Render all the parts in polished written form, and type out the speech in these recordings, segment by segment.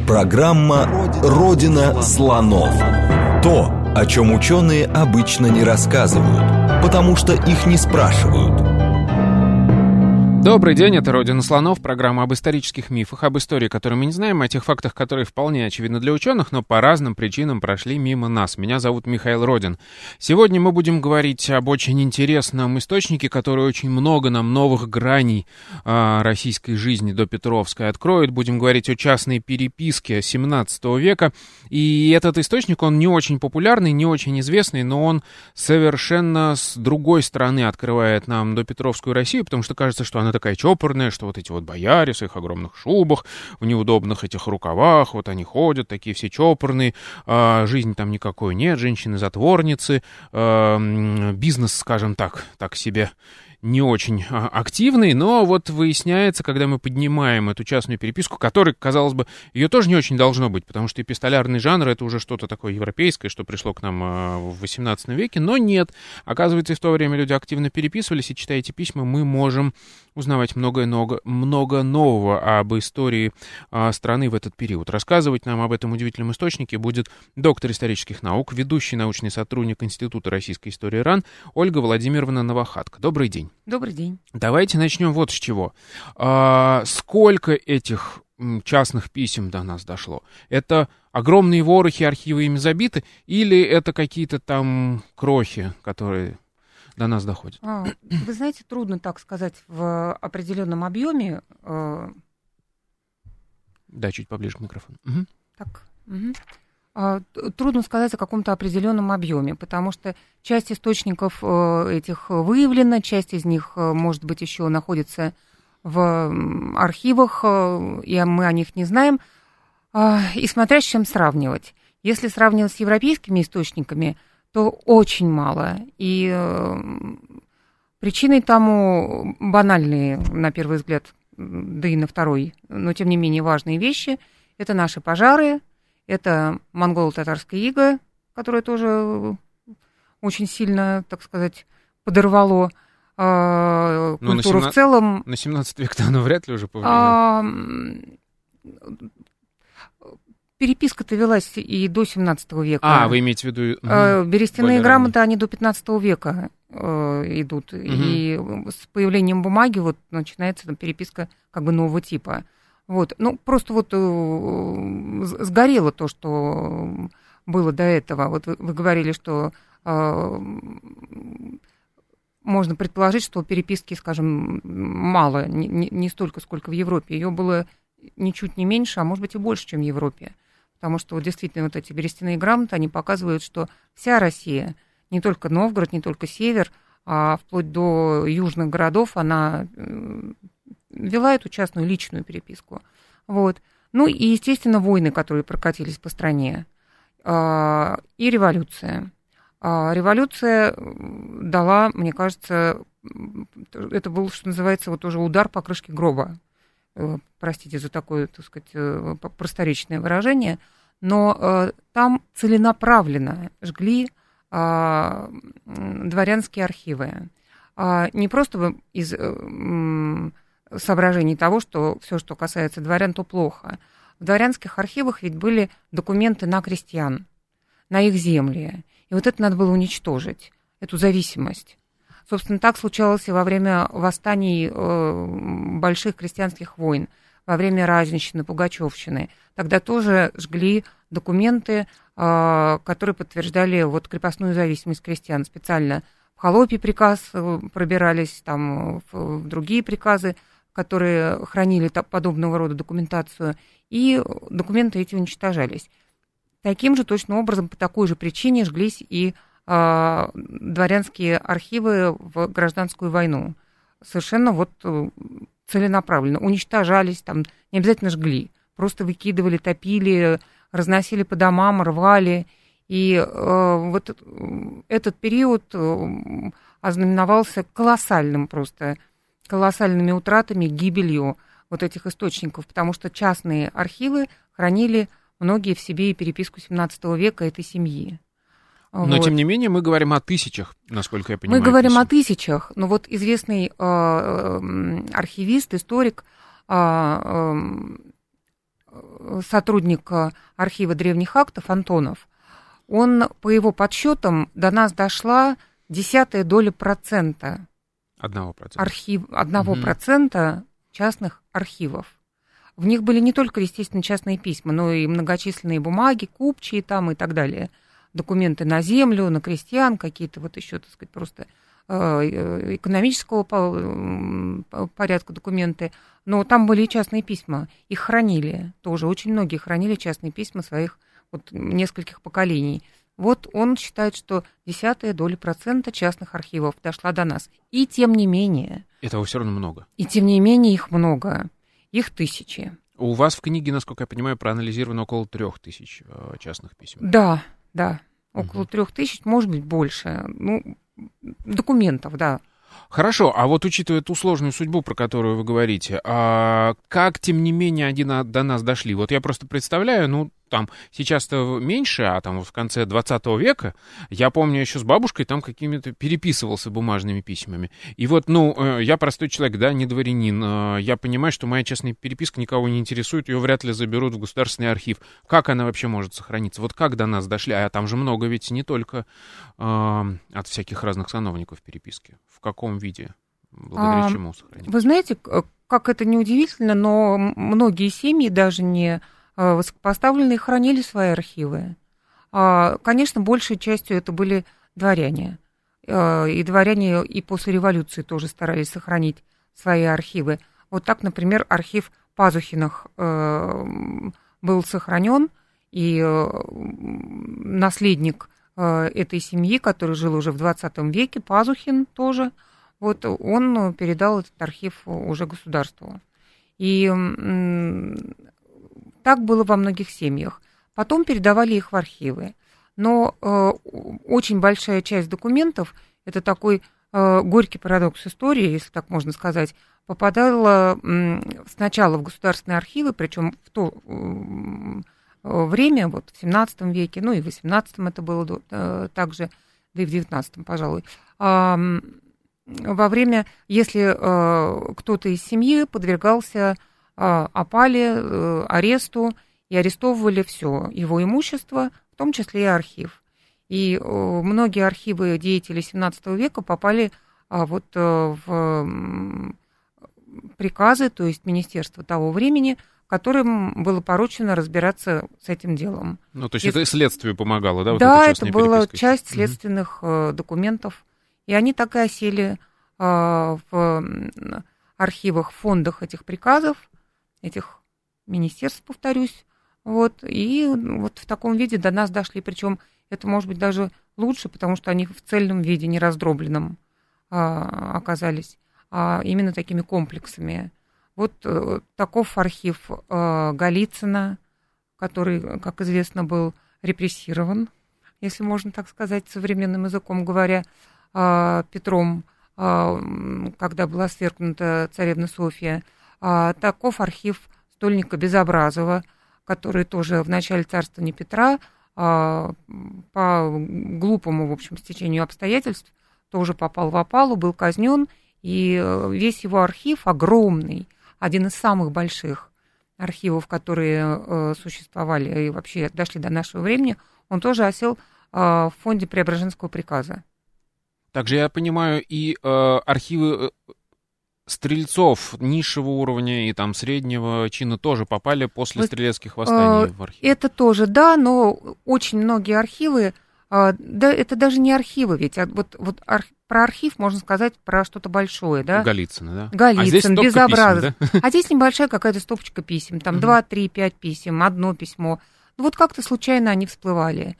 Программа «Родина слонов». То, о чем ученые обычно не рассказывают, потому что их не спрашивают. Добрый день, это «Родина слонов», программа об исторических мифах, об истории, которую мы не знаем, о тех фактах, которые вполне очевидны для ученых, но по разным причинам прошли мимо нас. Меня зовут Михаил Родин. Сегодня мы будем говорить об очень интересном источнике, который очень много нам новых граней российской жизни до Петровской откроет. Будем говорить о частной переписке XVII века. И этот источник, он не очень популярный, не очень известный, но он совершенно с другой стороны открывает нам допетровскую Россию, потому что кажется, что она такая чопорная, что вот эти вот бояре в их огромных шубах, в неудобных этих рукавах, вот они ходят, такие все чопорные, жизни там никакой нет, женщины-затворницы, бизнес, скажем так себе не очень активный, но вот выясняется, когда мы поднимаем эту частную переписку, которой, казалось бы, ее тоже не очень должно быть, потому что эпистолярный жанр — это уже что-то такое европейское, что пришло к нам в XVIII веке, но нет. Оказывается, и в то время люди активно переписывались, и, читая эти письма, мы можем узнавать много нового об истории страны в этот период. Рассказывать нам об этом удивительном источнике будет доктор исторических наук, ведущий научный сотрудник Института российской истории РАН Ольга Владимировна Новохатко. Добрый день. Добрый день. Давайте начнем вот с чего. Сколько этих частных писем до нас дошло? Это огромные ворохи, архивы ими забиты, или это какие-то там крохи, которые до нас доходят? Вы знаете, трудно так сказать в определенном объеме. Да, чуть поближе к микрофону. Угу. Так. Угу. Трудно сказать о каком-то определенном объеме, потому что часть источников этих выявлена, часть из них, может быть, еще находится в архивах, и мы о них не знаем. И смотря с чем сравнивать. Если сравнивать с европейскими источниками, то очень мало. И причиной тому банальные, на первый взгляд, да и на второй, но тем не менее важные вещи – это наши пожары. Это монголо-татарская ига, которая тоже очень сильно, так сказать, подорвало культуру в целом. На 17 век-то оно вряд ли уже повлияло. Переписка-то велась и до 17 века. Вы имеете в виду... Берестяные грамоты, они до 15 века идут. И с появлением бумаги вот начинается там переписка как бы нового типа. Вот, просто вот сгорело то, что было до этого. Вот вы говорили, что можно предположить, что переписки, скажем, мало, не столько, сколько в Европе. Ее было ничуть не меньше, а может быть и больше, чем в Европе. Потому что вот действительно вот эти берестяные грамоты, они показывают, что вся Россия, не только Новгород, не только север, а вплоть до южных городов, она вела эту частную личную переписку. Вот. И, естественно, войны, которые прокатились по стране. И революция. Революция дала, мне кажется, это был, что называется, вот уже удар по крышке гроба. Простите за такое, так сказать, просторечное выражение. Но там целенаправленно жгли дворянские архивы. Не просто из соображений того, что все, что касается дворян, то плохо. В дворянских архивах ведь были документы на крестьян, на их земли. И вот это надо было уничтожить, эту зависимость. Собственно, так случалось и во время восстаний больших крестьянских войн, во время Разинщины, Пугачевщины. Тогда тоже жгли документы, которые подтверждали вот крепостную зависимость крестьян. Специально в Холопий приказ пробирались, там в другие приказы, которые хранили подобного рода документацию, и документы эти уничтожались. Таким же точно образом, по такой же причине жглись и дворянские архивы в гражданскую войну. Совершенно вот целенаправленно уничтожались, там не обязательно жгли, просто выкидывали, топили, разносили по домам, рвали. И вот этот период ознаменовался колоссальными утратами, гибелью вот этих источников, потому что частные архивы хранили многие в себе и переписку XVII века этой семьи. Но, тем не менее, мы говорим о тысячах, насколько я понимаю. Мы говорим о тысячах, но вот известный архивист, историк сотрудник архива древних актов Антонов, он, по его подсчетам, до нас дошла 0,1% 1% частных архивов. В них были не только, естественно, частные письма, но и многочисленные бумаги, купчие там и так далее. Документы на землю, на крестьян, какие-то вот еще, так сказать, просто экономического порядка документы. Но там были и частные письма. Их хранили тоже. Очень многие хранили частные письма своих вот нескольких поколений. Вот он считает, что 0,1% частных архивов дошла до нас. И тем не менее... Этого все равно много. И тем не менее их много. Их тысячи. У вас в книге, насколько я понимаю, проанализировано около 3000 частных писем. Да. Около 3000, может быть, больше. Ну, документов, да. Хорошо, а вот учитывая ту сложную судьбу, про которую вы говорите, как, тем не менее, они до нас дошли? Вот я просто представляю, там сейчас-то меньше, а там в конце 20 века, я помню, еще с бабушкой там какими-то переписывался бумажными письмами. И вот, я простой человек, да, не дворянин, я понимаю, что моя частная переписка никого не интересует, ее вряд ли заберут в государственный архив. Как она вообще может сохраниться? Вот как до нас дошли? А там же много ведь не только от всяких разных сановников переписки. В каком виде? Благодаря чему сохранилось? Вы знаете, как это неудивительно, но многие семьи, даже не высокопоставленные, хранили свои архивы. Конечно, большей частью это были дворяне. И дворяне и после революции тоже старались сохранить свои архивы. Вот так, например, архив Пазухиных был сохранен, и наследник этой семьи, который жил уже в 20 веке, Пазухин тоже, вот он передал этот архив уже государству. И так было во многих семьях. Потом передавали их в архивы. Но очень большая часть документов, это такой горький парадокс истории, если так можно сказать, попадала сначала в государственные архивы, причем в то время, вот в 17 веке, и в 18 это было также, да и в 19, пожалуй, во время, если кто-то из семьи подвергался опале, аресту, и арестовывали все его имущество, в том числе и архив. И многие архивы деятелей XVII века попали в приказы, то есть министерства того времени, которым было поручено разбираться с этим делом. То есть это следствию помогало, да? Да, это была часть следственных документов, и они так и осели в архивах, фондах этих приказов, этих министерств, повторюсь, и в таком виде до нас дошли, причем это может быть даже лучше, потому что они в цельном виде, не раздробленном оказались, а именно такими комплексами. Вот таков архив Голицына, который, как известно, был репрессирован, если можно так сказать, современным языком говоря, Петром, когда была свергнута царевна Софья. Таков архив стольника Безобразова, который тоже в начале царствования Петра по глупому, в общем, стечению обстоятельств тоже попал в опалу, был казнен, и весь его архив огромный, один из самых больших архивов, которые существовали и вообще дошли до нашего времени, он тоже осел в фонде Преображенского приказа. Также я понимаю, и архивы стрельцов низшего уровня и там среднего чина тоже попали после стрелецких восстаний в архив. Это тоже, да, но очень многие архивы, да, это даже не архивы, ведь про архив можно сказать про что-то большое, да? Голицына, да? Голицын, Безобразов. Писем, да? А здесь небольшая какая-то стопочка писем, там 2, 3, 5 писем, одно письмо. Вот как-то случайно они всплывали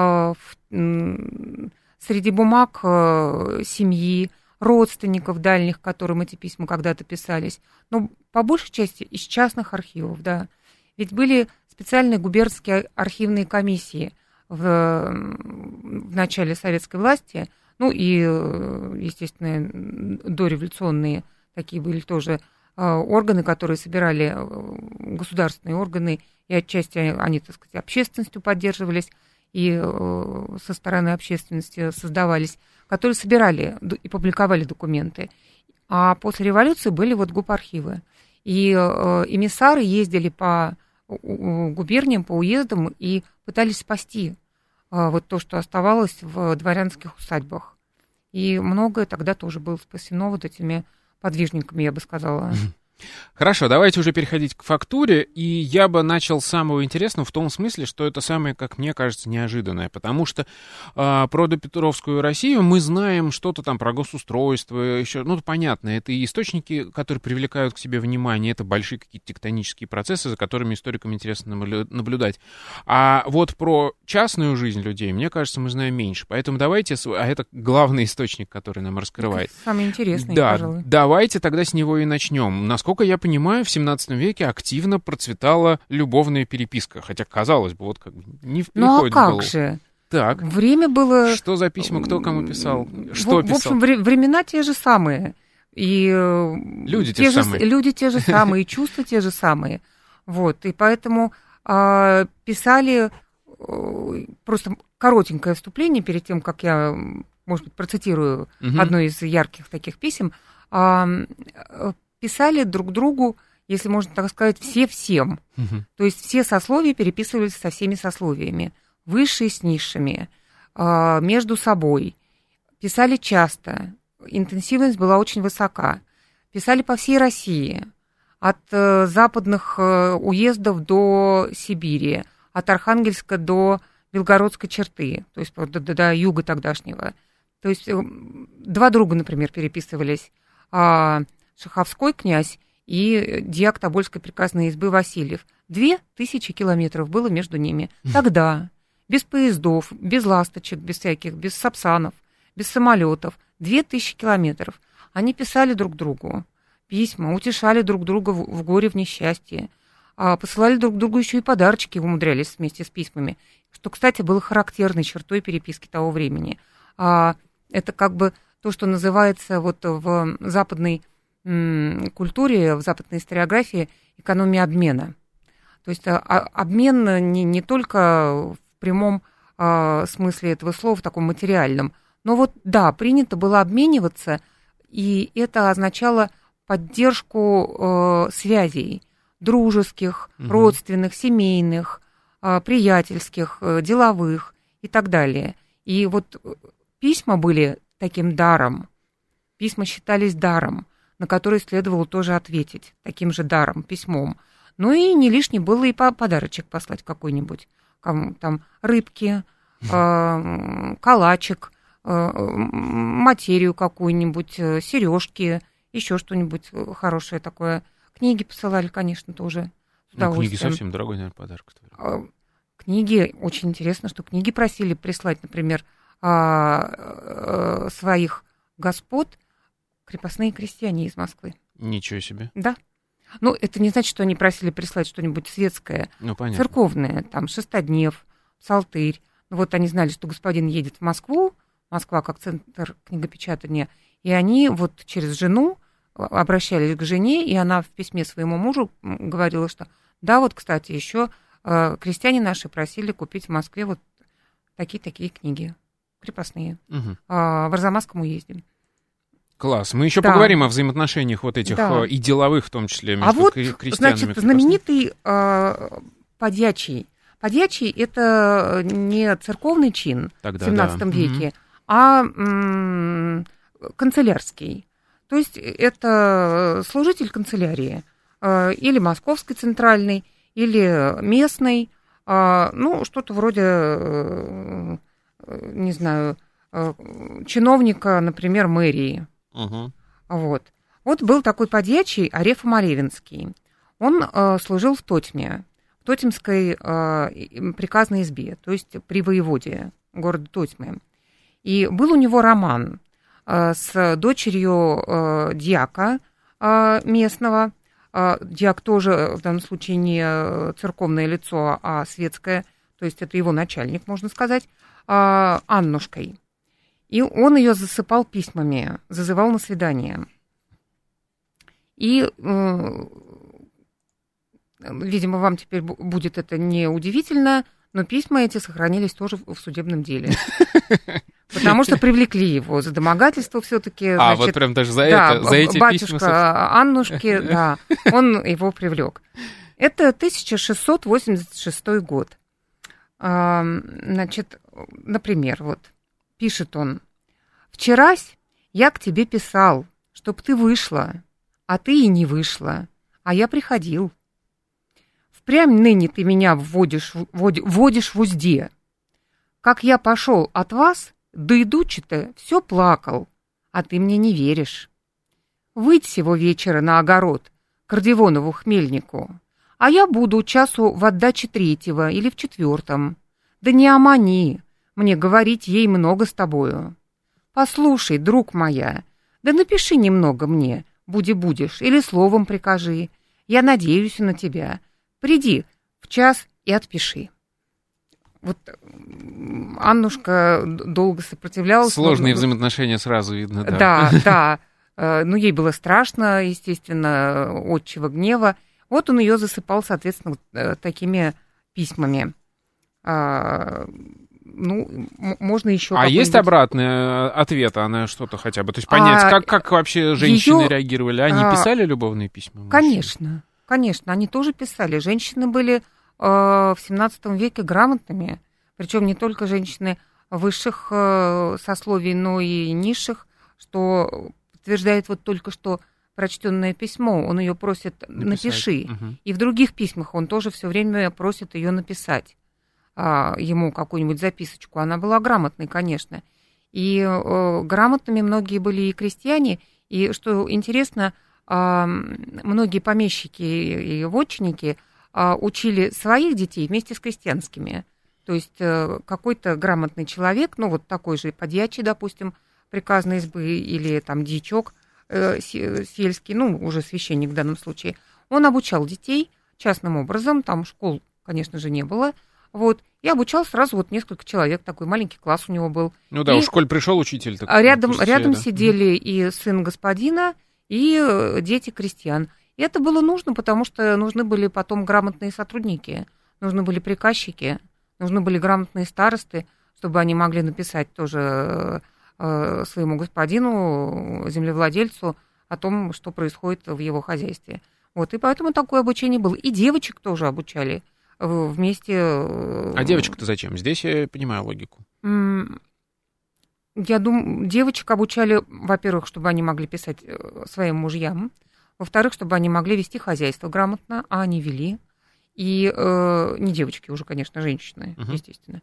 среди бумаг семьи, родственников дальних, которым эти письма когда-то писались. Но по большей части из частных архивов, да. Ведь были специальные губернские архивные комиссии в начале советской власти, и, естественно, дореволюционные такие были тоже органы, которые собирали государственные органы, и отчасти они, так сказать, общественностью поддерживались, и со стороны общественности создавались, которые собирали и публиковали документы. А после революции были гупархивы. И эмиссары ездили по губерниям, по уездам и пытались спасти вот то, что оставалось в дворянских усадьбах. И многое тогда тоже было спасено вот этими подвижниками, я бы сказала. Хорошо, давайте уже переходить к фактуре, и я бы начал с самого интересного в том смысле, что это самое, как мне кажется, неожиданное, потому что про допетровскую Россию мы знаем что-то там про госустройство, еще, ну, понятно, это и источники, которые привлекают к себе внимание, это большие какие-то тектонические процессы, за которыми историкам интересно наблюдать. А вот про частную жизнь людей, мне кажется, мы знаем меньше, поэтому давайте, а это главный источник, который нам раскрывает. Это самый интересный, да, пожалуй. Давайте тогда с него и начнем. Насколько я понимаю, в 17 веке активно процветала любовная переписка. Хотя, казалось бы, вот как бы не приходит в голову. Ну а как же? Так. Время было... Что за письма, кто кому писал? Что писал? В общем, времена те же самые. И люди те же самые. Люди те же самые, и чувства те же самые. Вот. И поэтому писали просто коротенькое вступление перед тем, как я, может быть, процитирую одно из ярких таких писем. Писали друг другу, если можно так сказать, все всем. То есть все сословия переписывались со всеми сословиями. Высшие с низшими, между собой. Писали часто. Интенсивность была очень высока. Писали по всей России. От западных уездов до Сибири. От Архангельска до Белгородской черты. То есть до юга тогдашнего. То есть два друга, например, переписывались. Шаховской князь и дьяк Тобольской приказной избы Васильев. 2000 километров было между ними. Тогда, без поездов, без ласточек, без всяких, без сапсанов, без самолетов, 2000 километров. Они писали друг другу письма, утешали друг друга в горе, в несчастье, посылали друг другу еще и подарочки, умудрялись вместе с письмами, что, кстати, было характерной чертой переписки того времени. Это как бы то, что называется вот в западной культуре, в западной историографии экономия обмена. То есть обмен не только в прямом смысле этого слова, в таком материальном, но вот да, принято было обмениваться, и это означало поддержку связей дружеских, родственных, семейных, приятельских, деловых и так далее. И вот письма были таким даром, письма считались даром, на который следовало тоже ответить таким же даром, письмом. Ну и не лишне было и подарочек послать какой-нибудь. Там рыбки, калачик, материю какую-нибудь, сережки, еще что-нибудь хорошее такое. Книги посылали, конечно, тоже. Ну, книги совсем дорогой, наверное, подарок. Книги, очень интересно, что книги просили прислать, например, своих господ, крепостные крестьяне из Москвы. Ничего себе. Да. Ну, это не значит, что они просили прислать что-нибудь светское, церковное, там, шестоднев, псалтырь. Ну, вот они знали, что господин едет в Москву, Москва как центр книгопечатания, и они вот через жену обращались к жене, и она в письме своему мужу говорила, что да, вот, кстати, еще крестьяне наши просили купить в Москве вот такие-такие книги, крепостные, в Арзамасском уезде. Класс. Мы еще поговорим о взаимоотношениях вот этих и деловых, в том числе, между крестьянами. Значит, знаменитый подьячий. Подьячий – это не церковный чин в XVII веке, а канцелярский. То есть это служитель канцелярии, или московской центральной, или местной, ну, что-то вроде, не знаю, чиновника, например, мэрии. Вот был такой подьячий Арефа Малевинский. Он служил в Тотьме, в Тотемской приказной избе, то есть при воеводе города Тотьмы. И был у него роман с дочерью дьяка местного. Дьяк тоже в данном случае не церковное лицо, а светское, то есть это его начальник, можно сказать, Аннушкой. И он ее засыпал письмами, зазывал на свидание. И, видимо, вам теперь будет это не удивительно, но письма эти сохранились тоже в судебном деле. Потому что привлекли его за домогательство все-таки. Вот прям даже за это, за эти батюшка письма. Аннушки, да, он его привлек. Это 1686 год. Значит, например, вот, пишет он. «Вчерась я к тебе писал, чтоб ты вышла, а ты и не вышла, а я приходил. Впрямь ныне ты меня вводишь в узде. Как я пошел от вас, да идучи-то все плакал, а ты мне не веришь. Выйдь сего вечера на огород к Родионову хмельнику, а я буду часу в отдаче 3-го или в 4-м. Да не омани, мне говорить ей много с тобою. Послушай, друг моя, да напиши немного мне, будешь, или словом прикажи. Я надеюсь на тебя. Приди в час и отпиши». Вот Аннушка долго сопротивлялась. Сложные взаимоотношения сразу видно, да. Да, да. Ну, ей было страшно, естественно, отчего гнева. Вот он ее засыпал, соответственно, такими письмами. Ну, можно еще... А есть обратный ответ, она что-то хотя бы? То есть понять, как вообще женщины реагировали? Они писали любовные письма? Конечно, конечно, они тоже писали. Женщины были в 17 веке грамотными, причем не только женщины высших сословий, но и низших, что подтверждает вот только что прочтенное письмо. Он ее просит «напиши». Угу. И в других письмах он тоже все время просит ее написать ему какую-нибудь записочку. Она была грамотной, конечно. И грамотными многие были и крестьяне. И, что интересно, многие помещики и вотчинники учили своих детей вместе с крестьянскими. То есть какой-то грамотный человек, ну вот такой же подьячий, допустим, приказной избы или там дьячок сельский, ну уже священник в данном случае, он обучал детей частным образом, там школ, конечно же, не было, вот, и обучал сразу вот несколько человек, такой маленький класс у него был. Ну да, в школе пришел учитель. Так, рядом сидели и сын господина, и дети крестьян. И это было нужно, потому что нужны были потом грамотные сотрудники, нужны были приказчики, нужны были грамотные старосты, чтобы они могли написать тоже своему господину, землевладельцу, о том, что происходит в его хозяйстве. Вот, и поэтому такое обучение было. И девочек тоже обучали вместе. А девочек-то зачем? Здесь я понимаю логику. Я думаю, девочек обучали, во-первых, чтобы они могли писать своим мужьям, во-вторых, чтобы они могли вести хозяйство грамотно, а они вели. И не девочки уже, конечно, женщины, естественно.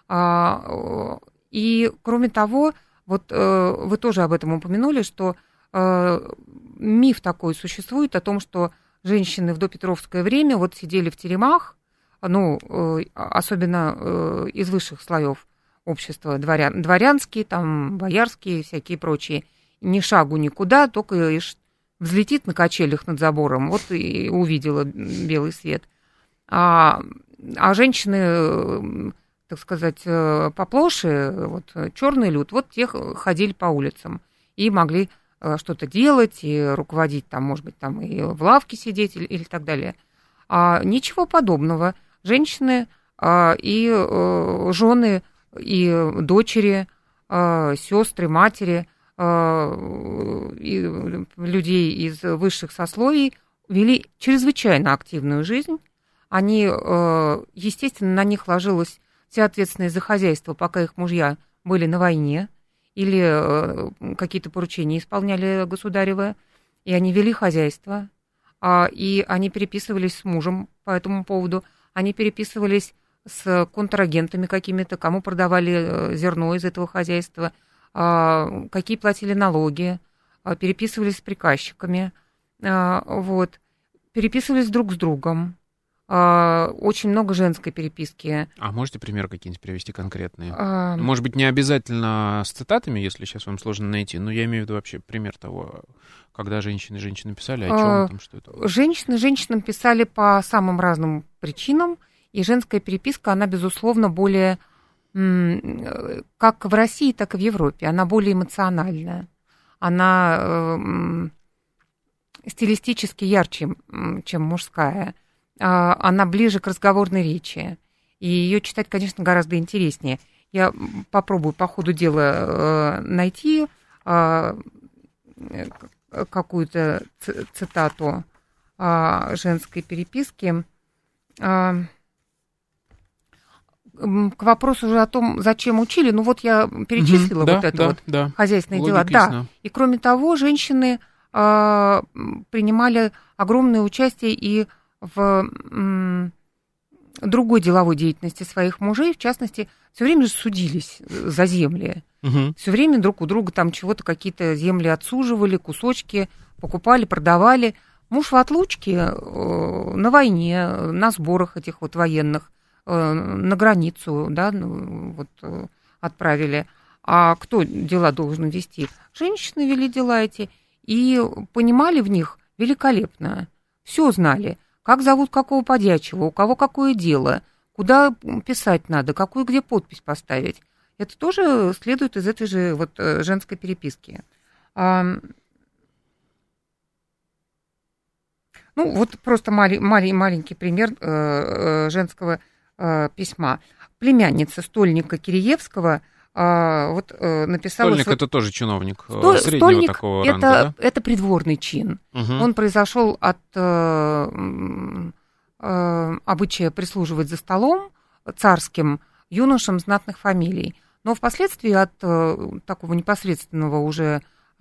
И, кроме того, вот вы тоже об этом упомянули, что миф такой существует о том, что женщины в допетровское время вот сидели в теремах, ну, особенно из высших слоев общества, дворянские, там, боярские, всякие прочие, ни шагу никуда, только взлетит на качелях над забором, вот и увидела белый свет. А женщины, так сказать, поплоше, вот, черный люд, вот те ходили по улицам и могли что-то делать, и руководить, там, может быть, там и в лавке сидеть или так далее. Ничего подобного. Женщины и жены, и дочери, сестры, матери, и людей из высших сословий вели чрезвычайно активную жизнь. Они, естественно, на них ложилась вся ответственность за хозяйство, пока их мужья были на войне или какие-то поручения исполняли государевы, и они вели хозяйство, и они переписывались с мужем по этому поводу, они переписывались с контрагентами какими-то, кому продавали зерно из этого хозяйства, какие платили налоги, переписывались с приказчиками, вот, переписывались друг с другом. Очень много женской переписки. А можете примеры какие-нибудь привести конкретные? Может быть, не обязательно с цитатами, если сейчас вам сложно найти, но я имею в виду вообще пример того, когда женщины писали, о чем там, что это? Женщины женщинам писали по самым разным причинам, и женская переписка, она, безусловно, более, как в России, так и в Европе, она более эмоциональная. Она стилистически ярче, чем мужская. Она ближе к разговорной речи. И ее читать, конечно, гораздо интереснее. Я попробую по ходу дела найти какую-то цитату женской переписки. К вопросу уже о том, зачем учили, ну вот я перечислила хозяйственные дела. Да. И кроме того, женщины принимали огромное участие и в другой деловой деятельности своих мужей, в частности, все время же судились за земли. Все время друг у друга там чего-то, какие-то земли отсуживали, кусочки покупали, продавали. Муж в отлучке на войне, на сборах этих вот военных, на границу, да, вот, отправили. А кто дела должен вести? Женщины вели дела эти и понимали в них великолепно. Все знали, как зовут какого подьячего, у кого какое дело, куда писать надо, какую где подпись поставить. Это тоже следует из этой же вот женской переписки. Ну, вот просто маленький пример женского письма. Племянница стольника Киреевского написала... Стольник это тоже чиновник среднего такого ранга, да? Это придворный чин. Он произошел от обычая прислуживать за столом царским юношам знатных фамилий. Но впоследствии от такого непосредственного уже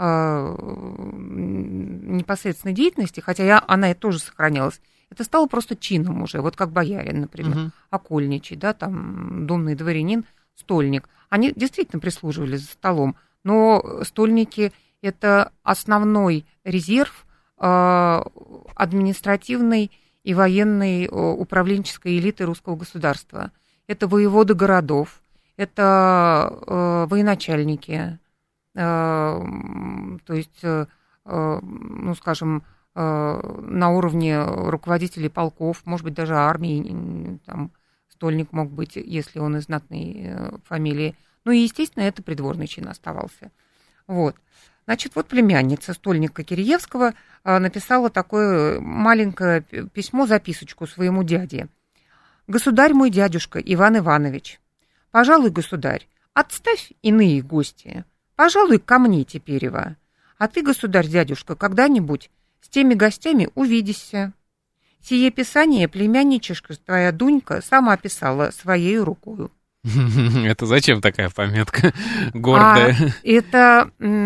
непосредственной деятельности, хотя она и тоже сохранялась, это стало просто чином уже, вот как боярин, например, окольничий, да, там, думный дворянин, стольник. Они действительно прислуживали за столом, но стольники – это основной резерв административной и военной управленческой элиты русского государства. Это воеводы городов, это военачальники, то есть, ну, скажем, на уровне руководителей полков, может быть, даже армии, там, стольник мог быть, если он из знатной фамилии. Ну и, естественно, это придворный чин оставался. Вот. Значит, вот племянница стольника Киреевского написала такое маленькое письмо, записочку своему дяде. «Государь мой дядюшка Иван Иванович, пожалуй, государь, отставь иные гости, пожалуй, ко мне теперева. А ты, государь-дядюшка, когда-нибудь с теми гостями увидишься. Сие писание племянничешка твоя Дунька сама писала своей рукою». Это зачем такая пометка гордая? Это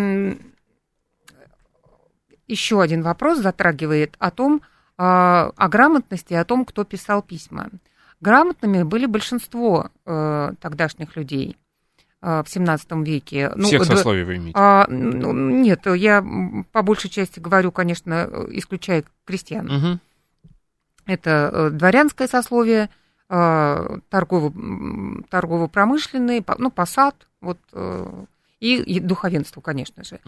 еще один вопрос затрагивает о том, о грамотности, о том, кто писал письма. Грамотными были большинство тогдашних людей в XVII веке. Всех сословий вы имеете? Нет, я по большей части говорю, конечно, исключая крестьян. Это дворянское сословие, торгово-промышленный, ну, посад, вот, и духовенство, конечно же.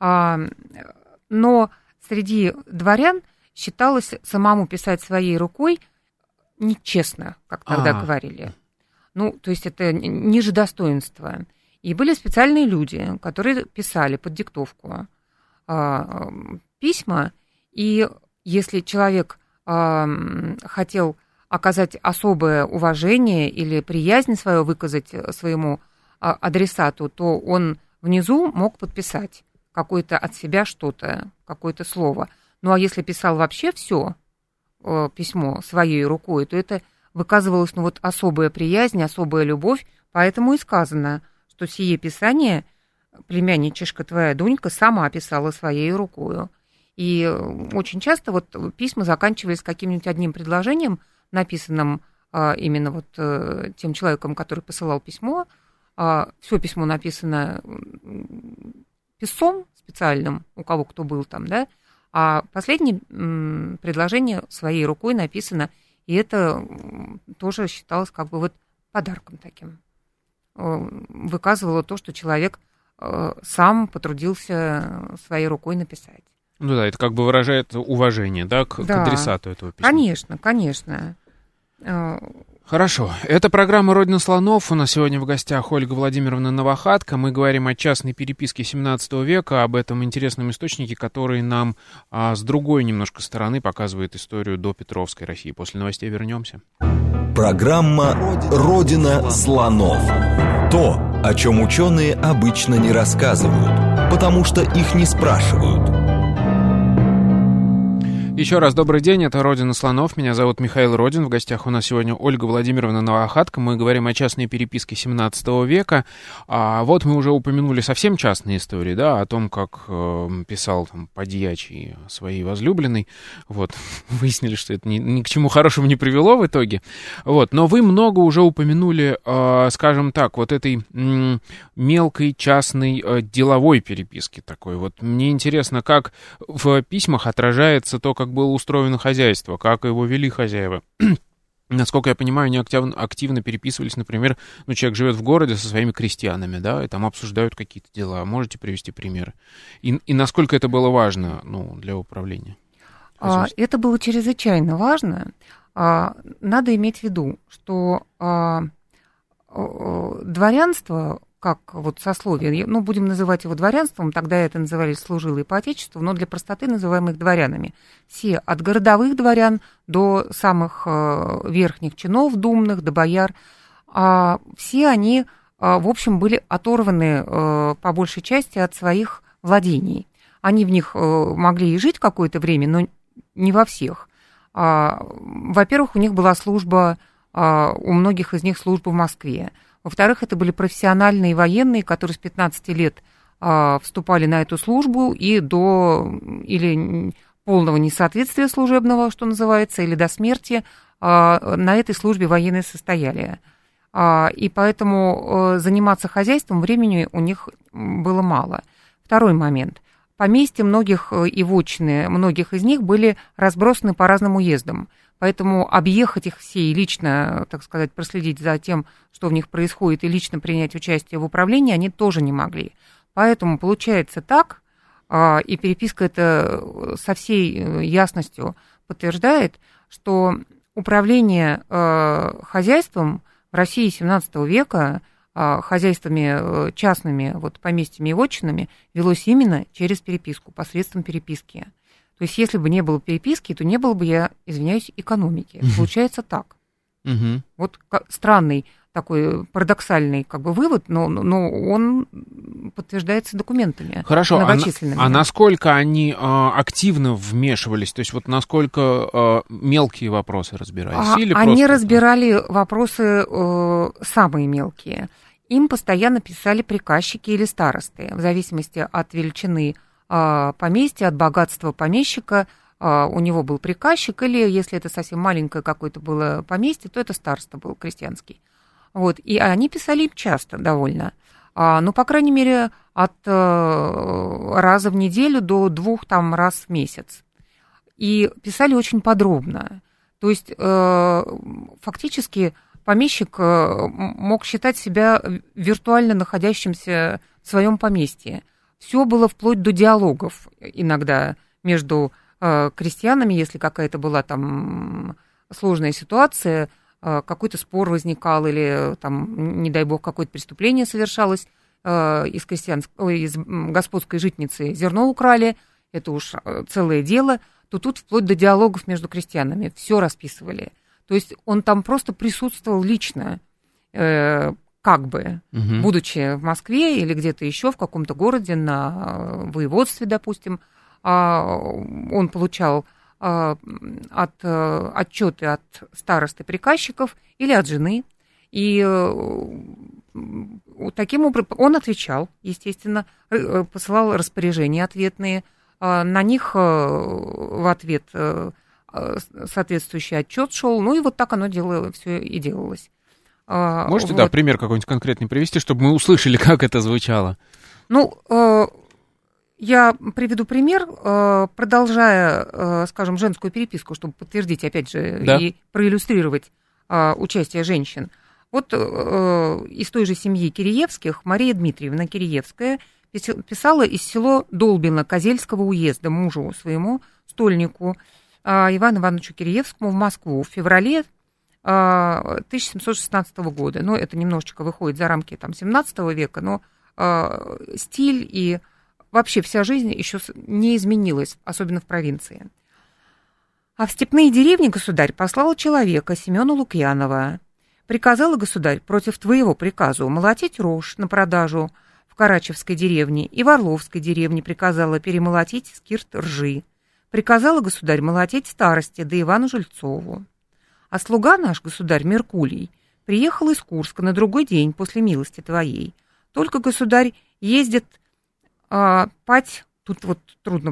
Но среди дворян считалось самому писать своей рукой нечестно, как тогда говорили. Ну, то есть это ниже достоинства. И были специальные люди, которые писали под диктовку письма, и если человек хотел оказать особое уважение или приязнь свою выказать своему адресату, то он внизу мог подписать какое-то от себя что-то, какое-то слово. Ну, а если писал вообще все письмо своей рукой, то это выказывалась, ну, вот особая приязнь, особая любовь, поэтому и сказано, что сие писание племянничешка твоя Дунька сама писала своей рукою. И очень часто вот письма заканчивались каким-нибудь одним предложением, написанным именно вот тем человеком, который посылал письмо. Все письмо написано писцом специальным, у кого кто был там, да, а последнее предложение своей рукой написано, и это тоже считалось как бы вот подарком таким. Выказывало то, что человек сам потрудился своей рукой написать. Ну да, это как бы выражает уважение, да, к адресату этого письма. Конечно, конечно. Хорошо. Это программа «Родина слонов». У нас сегодня в гостях Ольга Владимировна Новохатка. Мы говорим о частной переписке XVII века, об этом интересном источнике, который нам с другой немножко стороны показывает историю до Петровской России. После новостей вернемся. Программа «Родина слонов». То, о чем ученые обычно не рассказывают, потому что их не спрашивают. Еще раз добрый день, это «Родина слонов», меня зовут Михаил Родин, в гостях у нас сегодня Ольга Владимировна Новохатка, мы говорим о частной переписке 17 века, вот мы уже упомянули совсем частные истории, да, о том, как писал там подьячий своей возлюбленной, вот, выяснили, что это ни к чему хорошему не привело в итоге, вот, но вы много уже упомянули, скажем так, вот этой мелкой частной деловой переписки такой, вот, мне интересно, как в письмах отражается то, как было устроено хозяйство, как его вели хозяева. Насколько я понимаю, они активно переписывались, например, человек живет в городе со своими крестьянами, да, и там обсуждают какие-то дела. Можете привести примеры? И насколько это было важно, для управления? Это было чрезвычайно важно. Надо иметь в виду, что дворянство, как вот сословие, будем называть его дворянством, тогда это назывались служилые по отечеству, но для простоты называем их дворянами. Все, от городовых дворян до самых верхних чинов думных, до бояр, все они, в общем, были оторваны по большей части от своих владений. Они в них могли и жить какое-то время, но не во всех. Во-первых, у них была служба, у многих из них служба в Москве. Во-вторых, это были профессиональные военные, которые с 15 лет вступали на эту службу и до или полного несоответствия служебного, что называется, или до смерти на этой службе военные состояли. И поэтому заниматься хозяйством времени у них было мало. Второй момент. Поместья многих и вотчины, многих из них были разбросаны по разным уездам. Поэтому объехать их все и лично, так сказать, проследить за тем, что в них происходит, и лично принять участие в управлении они тоже не могли. Поэтому получается так, и переписка это со всей ясностью подтверждает, что управление хозяйством в России XVII века, хозяйствами частными, поместьями и вотчинами, велось именно через переписку, посредством переписки. То есть, если бы не было переписки, то не было бы, я извиняюсь, экономики. Получается так. Вот странный такой парадоксальный вывод, но он подтверждается документами. Хорошо, многочисленными. А насколько они активно вмешивались? То есть, насколько мелкие вопросы разбирались? Или они разбирали вопросы самые мелкие. Им постоянно писали приказчики или старосты, в зависимости от величины поместья, от богатства помещика. У него был приказчик, или если это совсем маленькое какое-то было поместье, то это староста был крестьянский. И они писали им часто довольно. По крайней мере, от раза в неделю до 2 раз в месяц. И писали очень подробно. То есть фактически помещик мог считать себя виртуально находящимся в своем поместье. Все было вплоть до диалогов иногда между крестьянами, если какая-то была там сложная ситуация, какой-то спор возникал или там, не дай бог, какое-то преступление совершалось, из господской житницы зерно украли, это уж целое дело, то тут вплоть до диалогов между крестьянами все расписывали. То есть он там просто присутствовал лично, будучи в Москве или где-то еще в каком-то городе, на воеводстве, допустим, он получал отчеты от старосты приказчиков или от жены, и таким образом он отвечал, естественно, посылал распоряжения ответные, на них в ответ соответствующий отчет шел, и так оно все и делалось. Можете, пример какой-нибудь конкретный привести, чтобы мы услышали, как это звучало? Я приведу пример, продолжая, скажем, женскую переписку, чтобы подтвердить, опять же, и проиллюстрировать участие женщин. Из той же семьи Киреевских Мария Дмитриевна Киреевская писала из села Долбино Козельского уезда мужу своему, стольнику Ивану Ивановичу Киреевскому в Москву в феврале 1716 года. Это немножечко выходит за рамки 17 века, но стиль и вообще вся жизнь еще не изменилась, особенно в провинции. А в степные деревни государь послал человека, Семена Лукьянова. Приказала государь против твоего приказу молотить рожь на продажу в Карачевской деревне, и в Орловской деревне приказала перемолотить скирт ржи. приказала, государь, молотеть старости, да Ивану Жильцову. А слуга наш, государь, Меркулий, приехал из Курска на другой день после милости твоей. Только, государь, ездит пать, тут вот трудно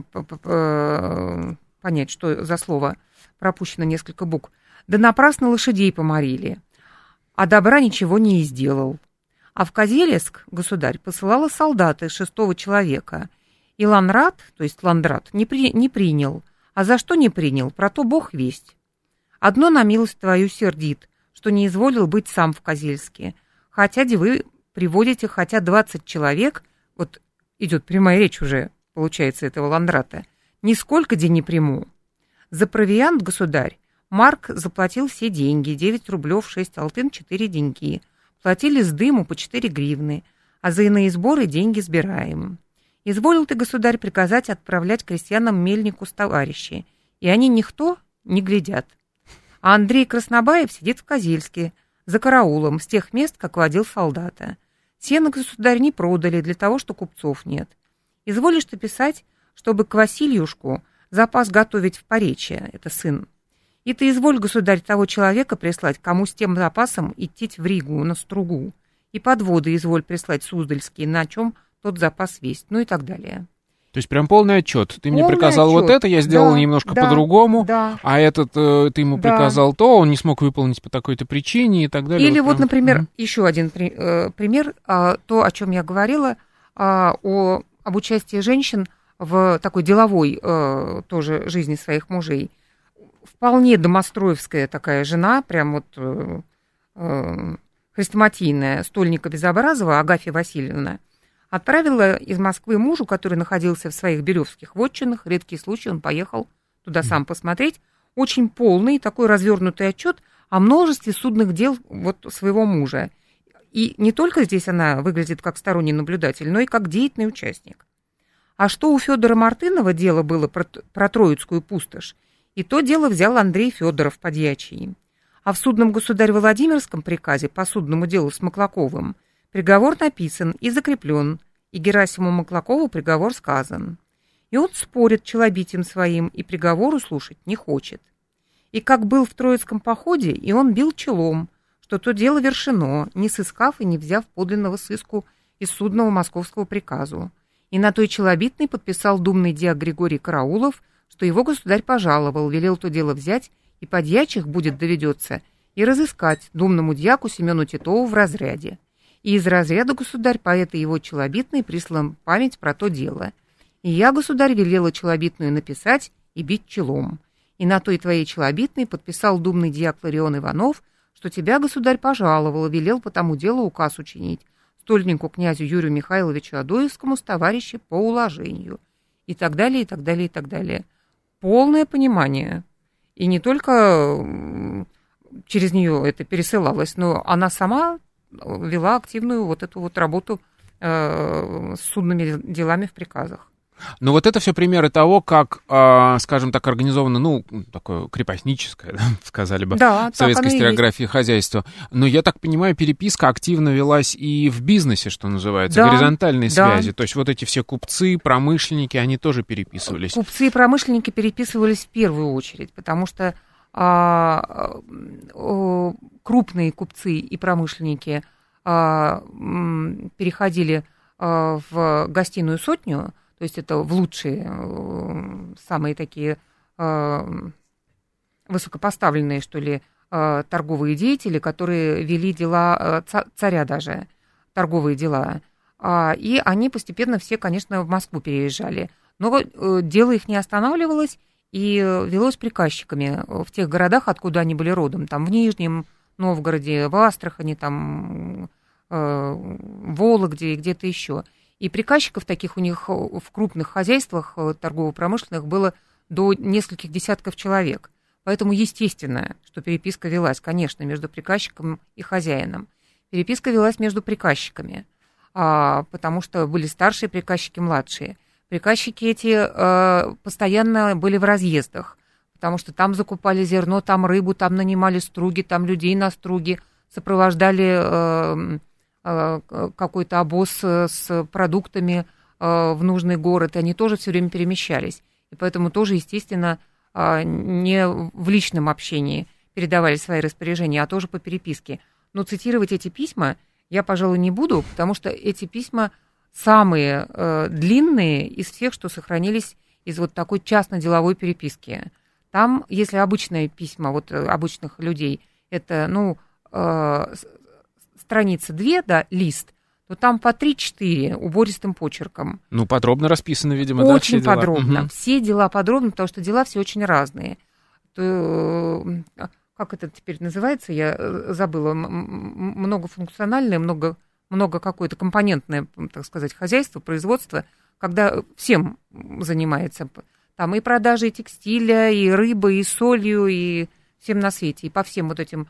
понять, что за слово, пропущено несколько букв, да напрасно лошадей поморили, а добра ничего не сделал. А в Козелеск, государь, посылала солдата 6-го человека, и Ланрат, то есть Ландрат, не принял. А за что не принял, про то Бог весть. Одно на милость твою сердит, что не изволил быть сам в Козельске, хотя вы приводите хотя 20 человек, вот идет прямая речь уже, получается, этого Ландрата, нисколько день не приму. За провиант, государь, Марк заплатил все деньги, 9 рублев, 6 алтын, 4 деньги. Платили с дыму по 4 гривны, а за иные сборы деньги сбираем. Изволил ты, государь, приказать отправлять крестьянам мельнику с товарищей, и они никто не глядят. А Андрей Краснобаев сидит в Козельске, за караулом, с тех мест, как водил солдата. Сено, государь, не продали для того, что купцов нет. Изволишь ты писать, чтобы к Васильюшку запас готовить в Поречье, это сын. И ты изволь, государь, того человека прислать, кому с тем запасом идти в Ригу на Стругу, и подводы изволь прислать суздальские, на чем тот запас весть, ну и так далее. То есть прям полный отчет. Ты мне Полный приказал отчет. Вот это, я сделал немножко по-другому, да. а этот ты ему приказал то, он не смог выполнить по такой-то причине и так далее. Или вот, например, еще один пример, то, о чем я говорила, об участии женщин в такой деловой тоже жизни своих мужей. Вполне домостроевская такая жена, прям вот хрестоматийная, стольника Безобразова, Агафья Васильевна, отправила из Москвы мужу, который находился в своих белевских вотчинах, редкий случай, он поехал туда сам посмотреть, очень полный такой развернутый отчет о множестве судных дел вот своего мужа. И не только здесь она выглядит как сторонний наблюдатель, но и как деятельный участник. А что у Федора Мартынова дело было про Троицкую пустошь, и то дело взял Андрей Федоров подьячий. А в судном государь Владимирском приказе по судному делу с Маклаковым приговор написан и закреплен, и Герасиму Маклакову приговор сказан. И он спорит челобитием своим, и приговору слушать не хочет. И как был в Троицком походе, и он бил челом, что то дело вершено, не сыскав и не взяв подлинного сыску из судного московского приказу. И на той челобитной подписал думный дьяк Григорий Караулов, что его государь пожаловал, велел то дело взять, и подьячих будет доведется, и разыскать думному дьяку Семену Титову в разряде. И из разряда, государь, по этой его челобитной прислан память про то дело. И я, государь, велела челобитную написать и бить челом. И на той твоей челобитной подписал думный дьяк Ларион Иванов, что тебя, государь, пожаловал, велел по тому делу указ учинить стольнику князю Юрию Михайловичу Адоевскому с товарищей по уложению. И так далее, и так далее, и так далее. Полное понимание. И не только через нее это пересылалось, но она сама вела активную вот эту вот работу с судными делами в приказах. Ну, вот это все примеры того, как, скажем так, организовано, ну, такое крепостническое, да, сказали бы, в советской историографии хозяйство. Но, я так понимаю, переписка активно велась и в бизнесе, что называется, горизонтальные связи. То есть вот эти все купцы, промышленники, они тоже переписывались. Купцы и промышленники переписывались в первую очередь, потому что крупные купцы и промышленники переходили в гостиную сотню, то есть это в лучшие, самые такие высокопоставленные, что ли, торговые деятели, которые вели дела царя даже, торговые дела. И они постепенно все, конечно, в Москву переезжали. Но дело их не останавливалось и велось приказчиками в тех городах, откуда они были родом. Там в Нижнем Новгороде, в Астрахани, там, в Вологде и где-то еще. И приказчиков таких у них в крупных хозяйствах торгово-промышленных было до нескольких десятков человек. Поэтому естественно, что переписка велась, конечно, между приказчиком и хозяином. Переписка велась между приказчиками, потому что были старшие приказчики, младшие. Приказчики эти постоянно были в разъездах, потому что там закупали зерно, там рыбу, там нанимали струги, там людей на струги, сопровождали какой-то обоз с продуктами в нужный город, и они тоже все время перемещались. и поэтому тоже, естественно, не в личном общении передавали свои распоряжения, а тоже по переписке. Но цитировать эти письма я, пожалуй, не буду, потому что эти письма самые длинные из всех, что сохранились из вот такой частно-деловой переписки. Там, если обычные письма вот обычных людей, это, страница 2, да, лист, то там по 3-4 убористым почерком. Ну, подробно расписано, видимо, очень да, все дела? подробно. Угу. Все дела подробно, потому что дела все очень разные. Как это теперь называется, я забыла, многофункциональное, много какое-то компонентное, так сказать, хозяйство, производство, когда всем занимается. Там и продажей текстиля, и рыбой, и солью, и всем на свете. И по всем вот этим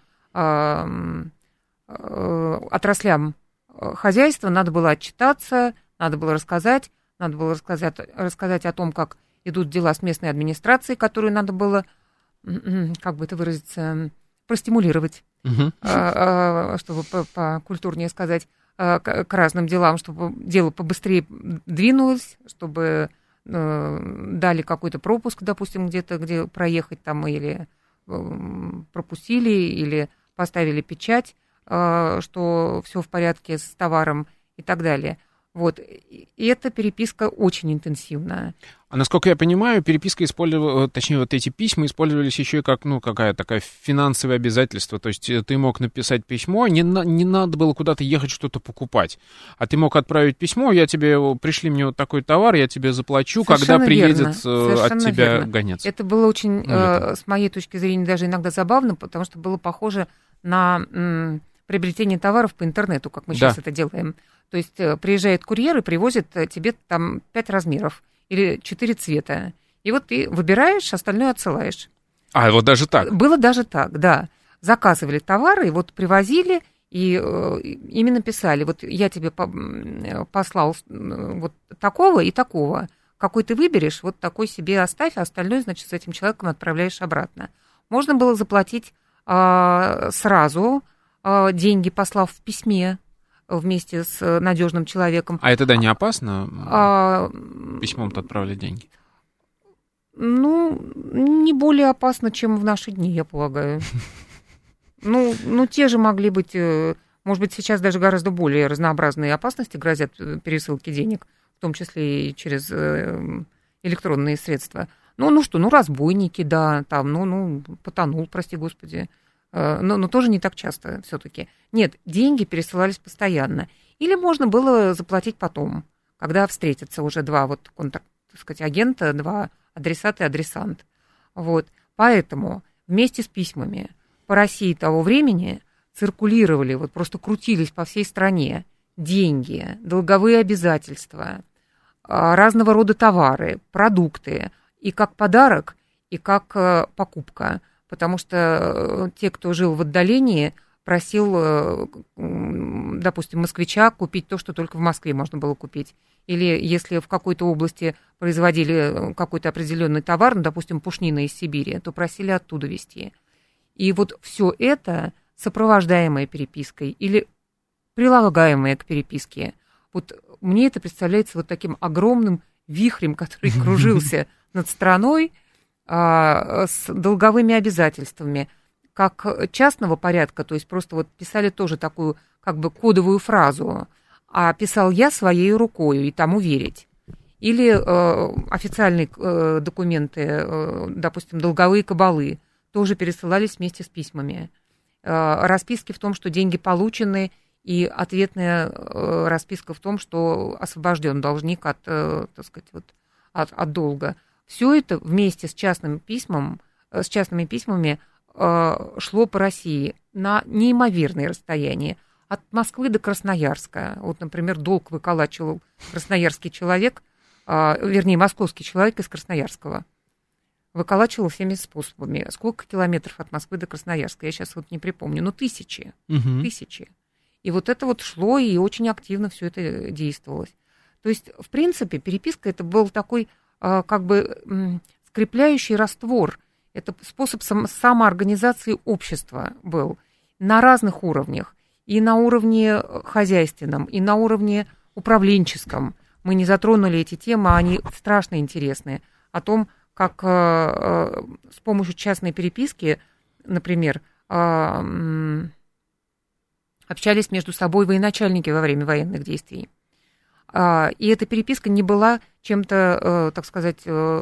отраслям хозяйства надо было отчитаться, надо было рассказать о том, как идут дела с местной администрацией, которую надо было, как бы это выразиться, простимулировать, чтобы покультурнее сказать, к разным делам, чтобы дело побыстрее двинулось, чтобы дали какой-то пропуск, допустим, где-то, где проехать там, или пропустили, или поставили печать, что все в порядке с товаром и так далее. Вот. И эта переписка очень интенсивная. А насколько я понимаю, переписка использовалась, точнее, вот эти письма использовались еще и как, какая такая финансовое обязательство. То есть ты мог написать письмо, не надо было куда-то ехать что-то покупать. А ты мог отправить письмо, пришли мне вот такой товар, я тебе заплачу, совершенно когда приедет от тебя гонец. Это было очень, с моей точки зрения, даже иногда забавно, потому что было похоже на приобретение товаров по интернету, как мы сейчас это делаем. То есть приезжает курьер и привозит тебе там 5 размеров или 4 цвета. И вот ты выбираешь, остальное отсылаешь. А, вот даже так? Было даже так, да. Заказывали товары, и вот привозили, и именно писали, вот я тебе послал вот такого и такого. Какой ты выберешь, вот такой себе оставь, а остальное, значит, с этим человеком отправляешь обратно. Можно было заплатить сразу деньги, послав в письме, вместе с надежным человеком. А это, не опасно? Письмом-то отправлять деньги? Не более опасно, чем в наши дни, я полагаю. Те же могли быть, может быть, сейчас даже гораздо более разнообразные опасности грозят пересылки денег, в том числе и через электронные средства. Разбойники, да, там, потонул, прости господи. Но тоже не так часто все-таки. Нет, деньги пересылались постоянно. Или можно было заплатить потом, когда встретятся уже два агента, два адресат и адресант. Вот. Поэтому вместе с письмами по России того времени циркулировали, просто крутились по всей стране деньги, долговые обязательства, разного рода товары, продукты, и как подарок, и как покупка. Потому что те, кто жил в отдалении, просил, допустим, москвича купить то, что только в Москве можно было купить. Или если в какой-то области производили какой-то определенный товар, допустим, пушнина из Сибири, то просили оттуда везти. И вот все это, сопровождаемое перепиской или прилагаемое к переписке, вот мне это представляется вот таким огромным вихрем, который кружился над страной, с долговыми обязательствами, как частного порядка, то есть просто писали тоже такую кодовую фразу, а писал я своей рукою, и тому верить. Или официальные документы, допустим, долговые кабалы, тоже пересылались вместе с письмами. Расписки в том, что деньги получены, и ответная расписка в том, что освобожден должник от долга. Все это вместе с частными письмами шло по России на неимоверные расстояния. От Москвы до Красноярска. Вот, например, долг выколачивал красноярский человек, московский человек из Красноярского. Выколачивал всеми способами. Сколько километров от Москвы до Красноярска? Я сейчас не припомню. Тысячи. Тысячи. И это шло, и очень активно все это действовалось. То есть, в принципе, переписка это был такой скрепляющий раствор. Это способ самоорганизации общества был на разных уровнях. И на уровне хозяйственном, и на уровне управленческом. Мы не затронули эти темы, они страшно интересные. о том, как с помощью частной переписки, например, общались между собой военачальники во время военных действий. И эта переписка не была чем-то, так сказать,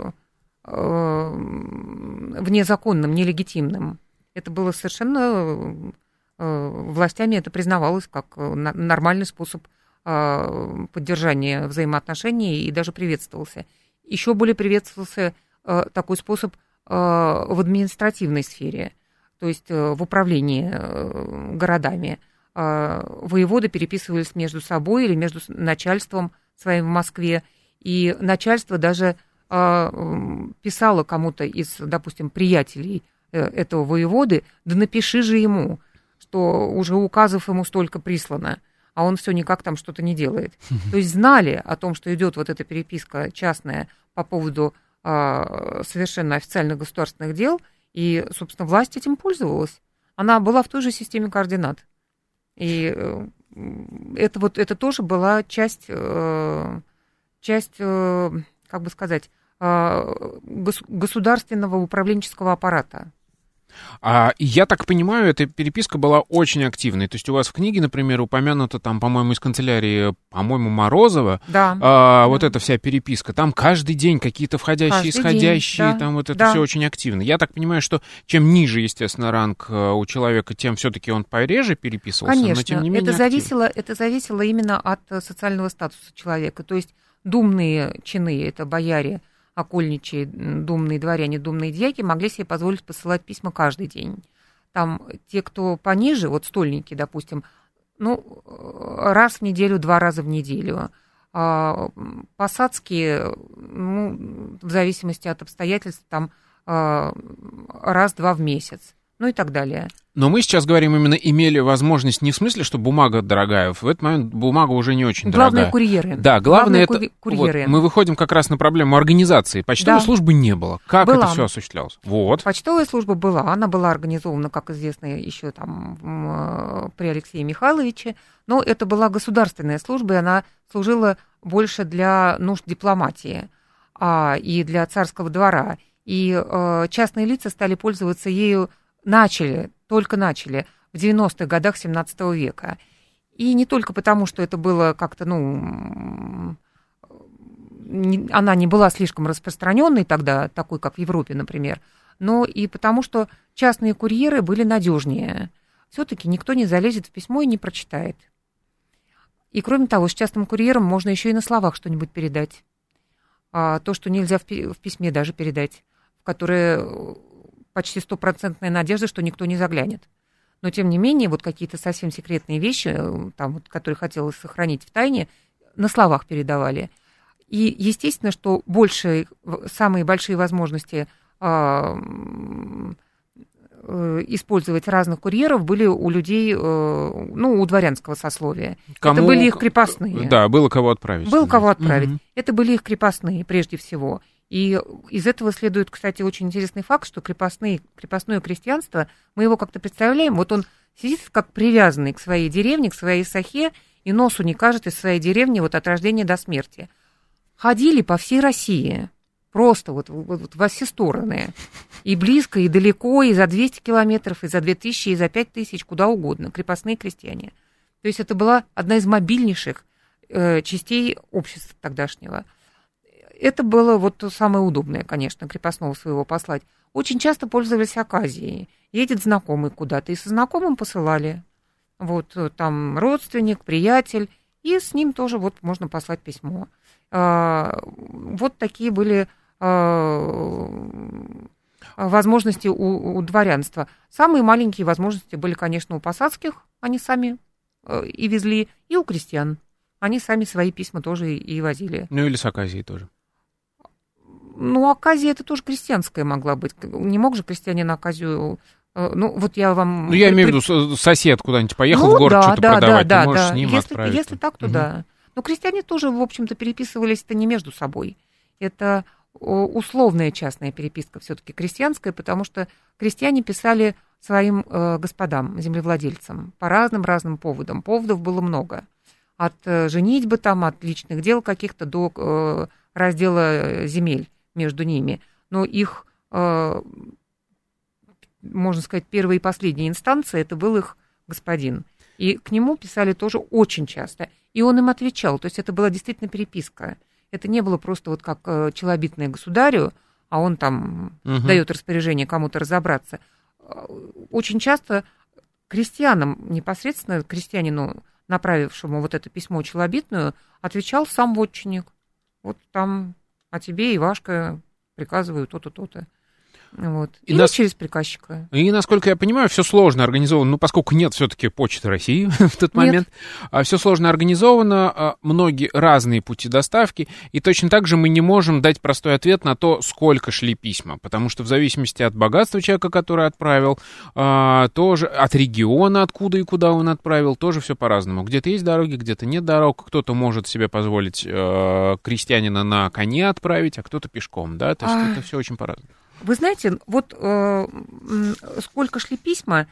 внезаконным, нелегитимным. Это было совершенно... Властями это признавалось как нормальный способ поддержания взаимоотношений и даже приветствовался. Еще более приветствовался такой способ в административной сфере, то есть в управлении городами. Воеводы переписывались между собой или между начальством своим в Москве, и начальство даже писало кому-то из, допустим, приятелей этого воеводы: да напиши же ему, что уже указов ему столько прислано, а он все никак там что-то не делает. То есть знали о том, что идет вот эта переписка частная по поводу совершенно официальных государственных дел, и, собственно, власть этим пользовалась. Она была в той же системе координат. И это тоже была часть, как бы сказать, государственного управленческого аппарата. Я так понимаю, эта переписка была очень активной. То есть у вас в книге, например, упомянуто там, по-моему, из канцелярии, по-моему, Морозова, да, вот эта вся переписка. Там каждый день какие-то входящие, исходящие, да, там вот это все очень активно. Я так понимаю, что чем ниже, естественно, ранг у человека, тем все-таки он пореже переписывался. Конечно, но тем не менее это зависело именно от социального статуса человека. То есть думные чины, это бояре, окольничьи, думные дворяне, думные дьяки могли себе позволить посылать письма каждый день. Там те, кто пониже, вот стольники, допустим, раз в неделю, 2 раза в неделю. Посадские, в зависимости от обстоятельств, там раз-два в месяц. И так далее. Но мы сейчас говорим именно имели возможность не в смысле, что бумага дорогая. В этот момент бумага уже не очень главное, дорогая. Курьеры. Да, главное это... Курьеры. Вот, мы выходим как раз на проблему организации. Почтовой службы не было. Как это все осуществлялось? Вот. Почтовая служба была. Она была организована, как известно, еще там при Алексее Михайловиче. Но это была государственная служба, и она служила больше для нужд дипломатии и для царского двора. И частные лица стали пользоваться ею только начали в 90-х годах 17 века. И не только потому, что это было как-то, она не была слишком распространенной тогда, такой, как в Европе, например, но и потому, что частные курьеры были надежнее. Все-таки никто не залезет в письмо и не прочитает. И кроме того, с частным курьером можно еще и на словах что-нибудь передать. То, что нельзя в письме даже передать, в которое... почти 100% надежда, что никто не заглянет. Но, тем не менее, вот какие-то совсем секретные вещи, там, которые хотелось сохранить в тайне, на словах передавали. И, естественно, что самые большие возможности использовать разных курьеров были у людей, у дворянского сословия. Это были их крепостные. Да, было кого отправить. Угу. Это были их крепостные, прежде всего. И из этого следует, кстати, очень интересный факт, что крепостное крестьянство, мы его как-то представляем, вот он сидит как привязанный к своей деревне, к своей сахе, и носу не кажет из своей деревни вот от рождения до смерти. Ходили по всей России, просто вот во все стороны, и близко, и далеко, и за 200 километров, и за 2000, и за 5000, куда угодно, крепостные крестьяне. То есть это была одна из мобильнейших частей общества тогдашнего. Это было вот самое удобное, конечно, крепостного своего послать. Очень часто пользовались оказией. Едет знакомый куда-то, и со знакомым посылали. Вот там родственник, приятель, и с ним тоже вот можно послать письмо. Вот такие были возможности у дворянства. Самые маленькие возможности были, конечно, у посадских, они сами и везли, и у крестьян. Они сами свои письма тоже и возили. Или с оказией тоже. Оказия это тоже крестьянская могла быть. Не мог же крестьянин оказию... вот я вам... я имею в виду, сосед куда-нибудь поехал в город что-то продавать, ты можешь с ним отправить. Если так, то да. Но крестьяне тоже, в общем-то, переписывались-то не между собой. Это условная частная переписка все-таки крестьянская, потому что крестьяне писали своим господам, землевладельцам, по разным поводам. Поводов было много. От женитьбы, от личных дел каких-то до раздела земель, между ними, но их, можно сказать, первая и последняя инстанция, это был их господин. И к нему писали тоже очень часто. И он им отвечал. То есть это была действительно переписка. Это не было просто вот как челобитное государю, а он там дает распоряжение кому-то разобраться. Очень часто крестьянам, непосредственно крестьянину, направившему вот это письмо челобитную, отвечал сам вотчинник. Вот там о тебе, Ивашка, приказываю то-то, то-то. Вот. Или через приказчика. И, насколько я понимаю, все сложно организовано, поскольку нет все-таки Почты России в тот момент, все сложно организовано, многие разные пути доставки, и точно так же мы не можем дать простой ответ на то, сколько шли письма, потому что в зависимости от богатства человека, который отправил, тоже от региона, откуда и куда он отправил, тоже все по-разному. Где-то есть дороги, где-то нет дорог, кто-то может себе позволить крестьянина на коне отправить, а кто-то пешком, да, то есть это все очень по-разному. Вы знаете, вот сколько шли письма,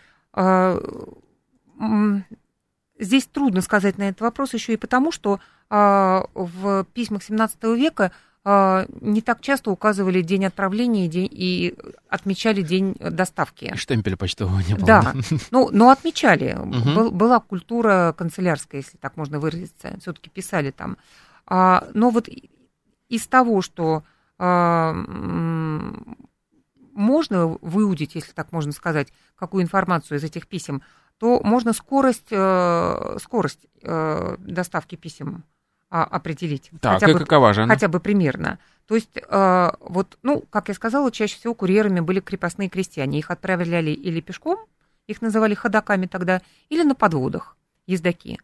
здесь трудно сказать на этот вопрос еще и потому, что в письмах XVII века не так часто указывали день отправления и отмечали день доставки. Штемпеля почтового не было. Да, но отмечали. Была культура канцелярская, если так можно выразиться. Все-таки писали там. Но вот из того, что можно выудить, если так можно сказать, какую информацию из этих писем, то можно скорость доставки писем определить. Так, и какова же она? Хотя бы примерно. То есть, вот, как я сказала, чаще всего курьерами были крепостные крестьяне. Их отправляли или пешком, их называли ходоками тогда, или на подводах, ездаки.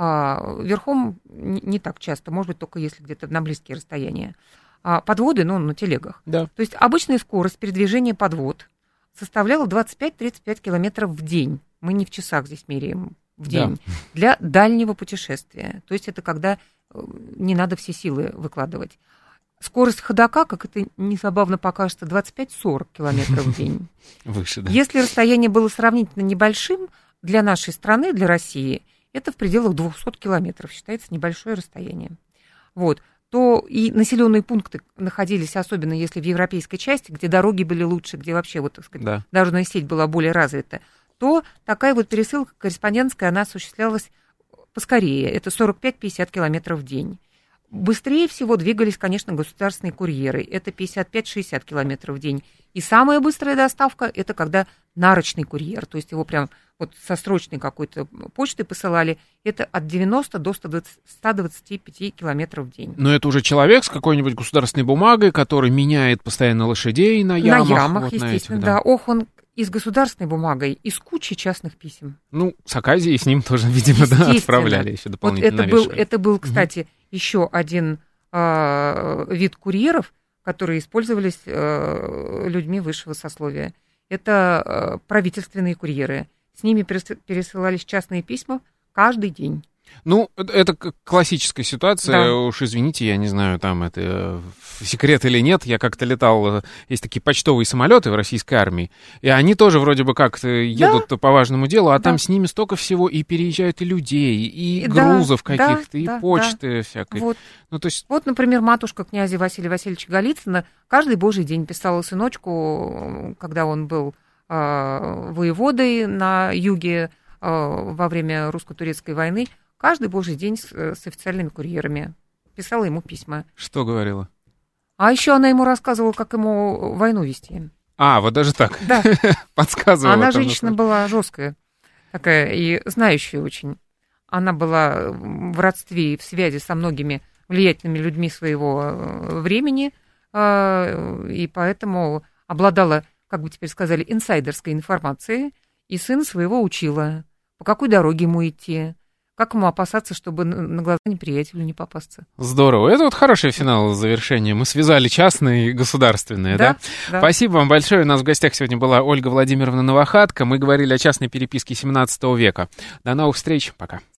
Верхом не так часто, может быть, только если где-то на близкие расстояния. Подводы, на телегах. Да. То есть обычная скорость передвижения подвод составляла 25-35 километров в день. Мы не в часах здесь меряем, в день. Да. Для дальнего путешествия. То есть это когда не надо все силы выкладывать. Скорость ходока, как это незабавно покажется, 25-40 километров в день. Выше, да. Если расстояние было сравнительно небольшим для нашей страны, для России, это в пределах 200 километров. Считается небольшое расстояние. Вот. То и населенные пункты находились, особенно если в европейской части, где дороги были лучше, где вообще, вот, так сказать, дорожная сеть была более развита, то такая вот пересылка корреспондентская, она осуществлялась поскорее. Это 45-50 километров в день. Быстрее всего двигались, конечно, государственные курьеры. Это 55-60 километров в день. И самая быстрая доставка – это когда нарочный курьер, то есть его прям вот со срочной какой-то почтой посылали. Это от 90 до 125 километров в день. Но это уже человек с какой-нибудь государственной бумагой, который меняет постоянно лошадей на ямах. На ямах, вот естественно, на этих, да. Ох, он и с государственной бумагой, и с кучей частных писем. С Аказией с ним тоже, видимо, отправляли еще дополнительно. Вот это был, кстати, еще один вид курьеров, которые использовались людьми высшего сословия. Это правительственные курьеры. С ними пересылались частные письма каждый день. Это классическая ситуация, да. Уж извините, я не знаю, там это секрет или нет, я как-то летал, есть такие почтовые самолеты в российской армии, и они тоже вроде бы как-то едут по важному делу, а там с ними столько всего, и переезжают и людей, и грузов каких-то, и почты всякой. Вот. То есть... вот, например, матушка князя Василия Васильевича Голицына каждый божий день писала сыночку, когда он был воеводой на юге во время русско-турецкой войны, каждый божий день с официальными курьерами. Писала ему письма. Что говорила? А еще она ему рассказывала, как ему войну вести. Вот даже так? Да. Подсказывала. Она женщина была жесткая, такая и знающая очень. Она была в родстве и в связи со многими влиятельными людьми своего времени, и поэтому обладала, как бы теперь сказали, инсайдерской информацией, и сына своего учила, по какой дороге ему идти, как ему опасаться, чтобы на глаза неприятелю не попасться. Здорово. Это вот хороший финал завершения. Мы связали частное и государственное, да? Да. Спасибо вам большое. У нас в гостях сегодня была Ольга Владимировна Новохатка. Мы говорили о частной переписке XVII века. До новых встреч. Пока.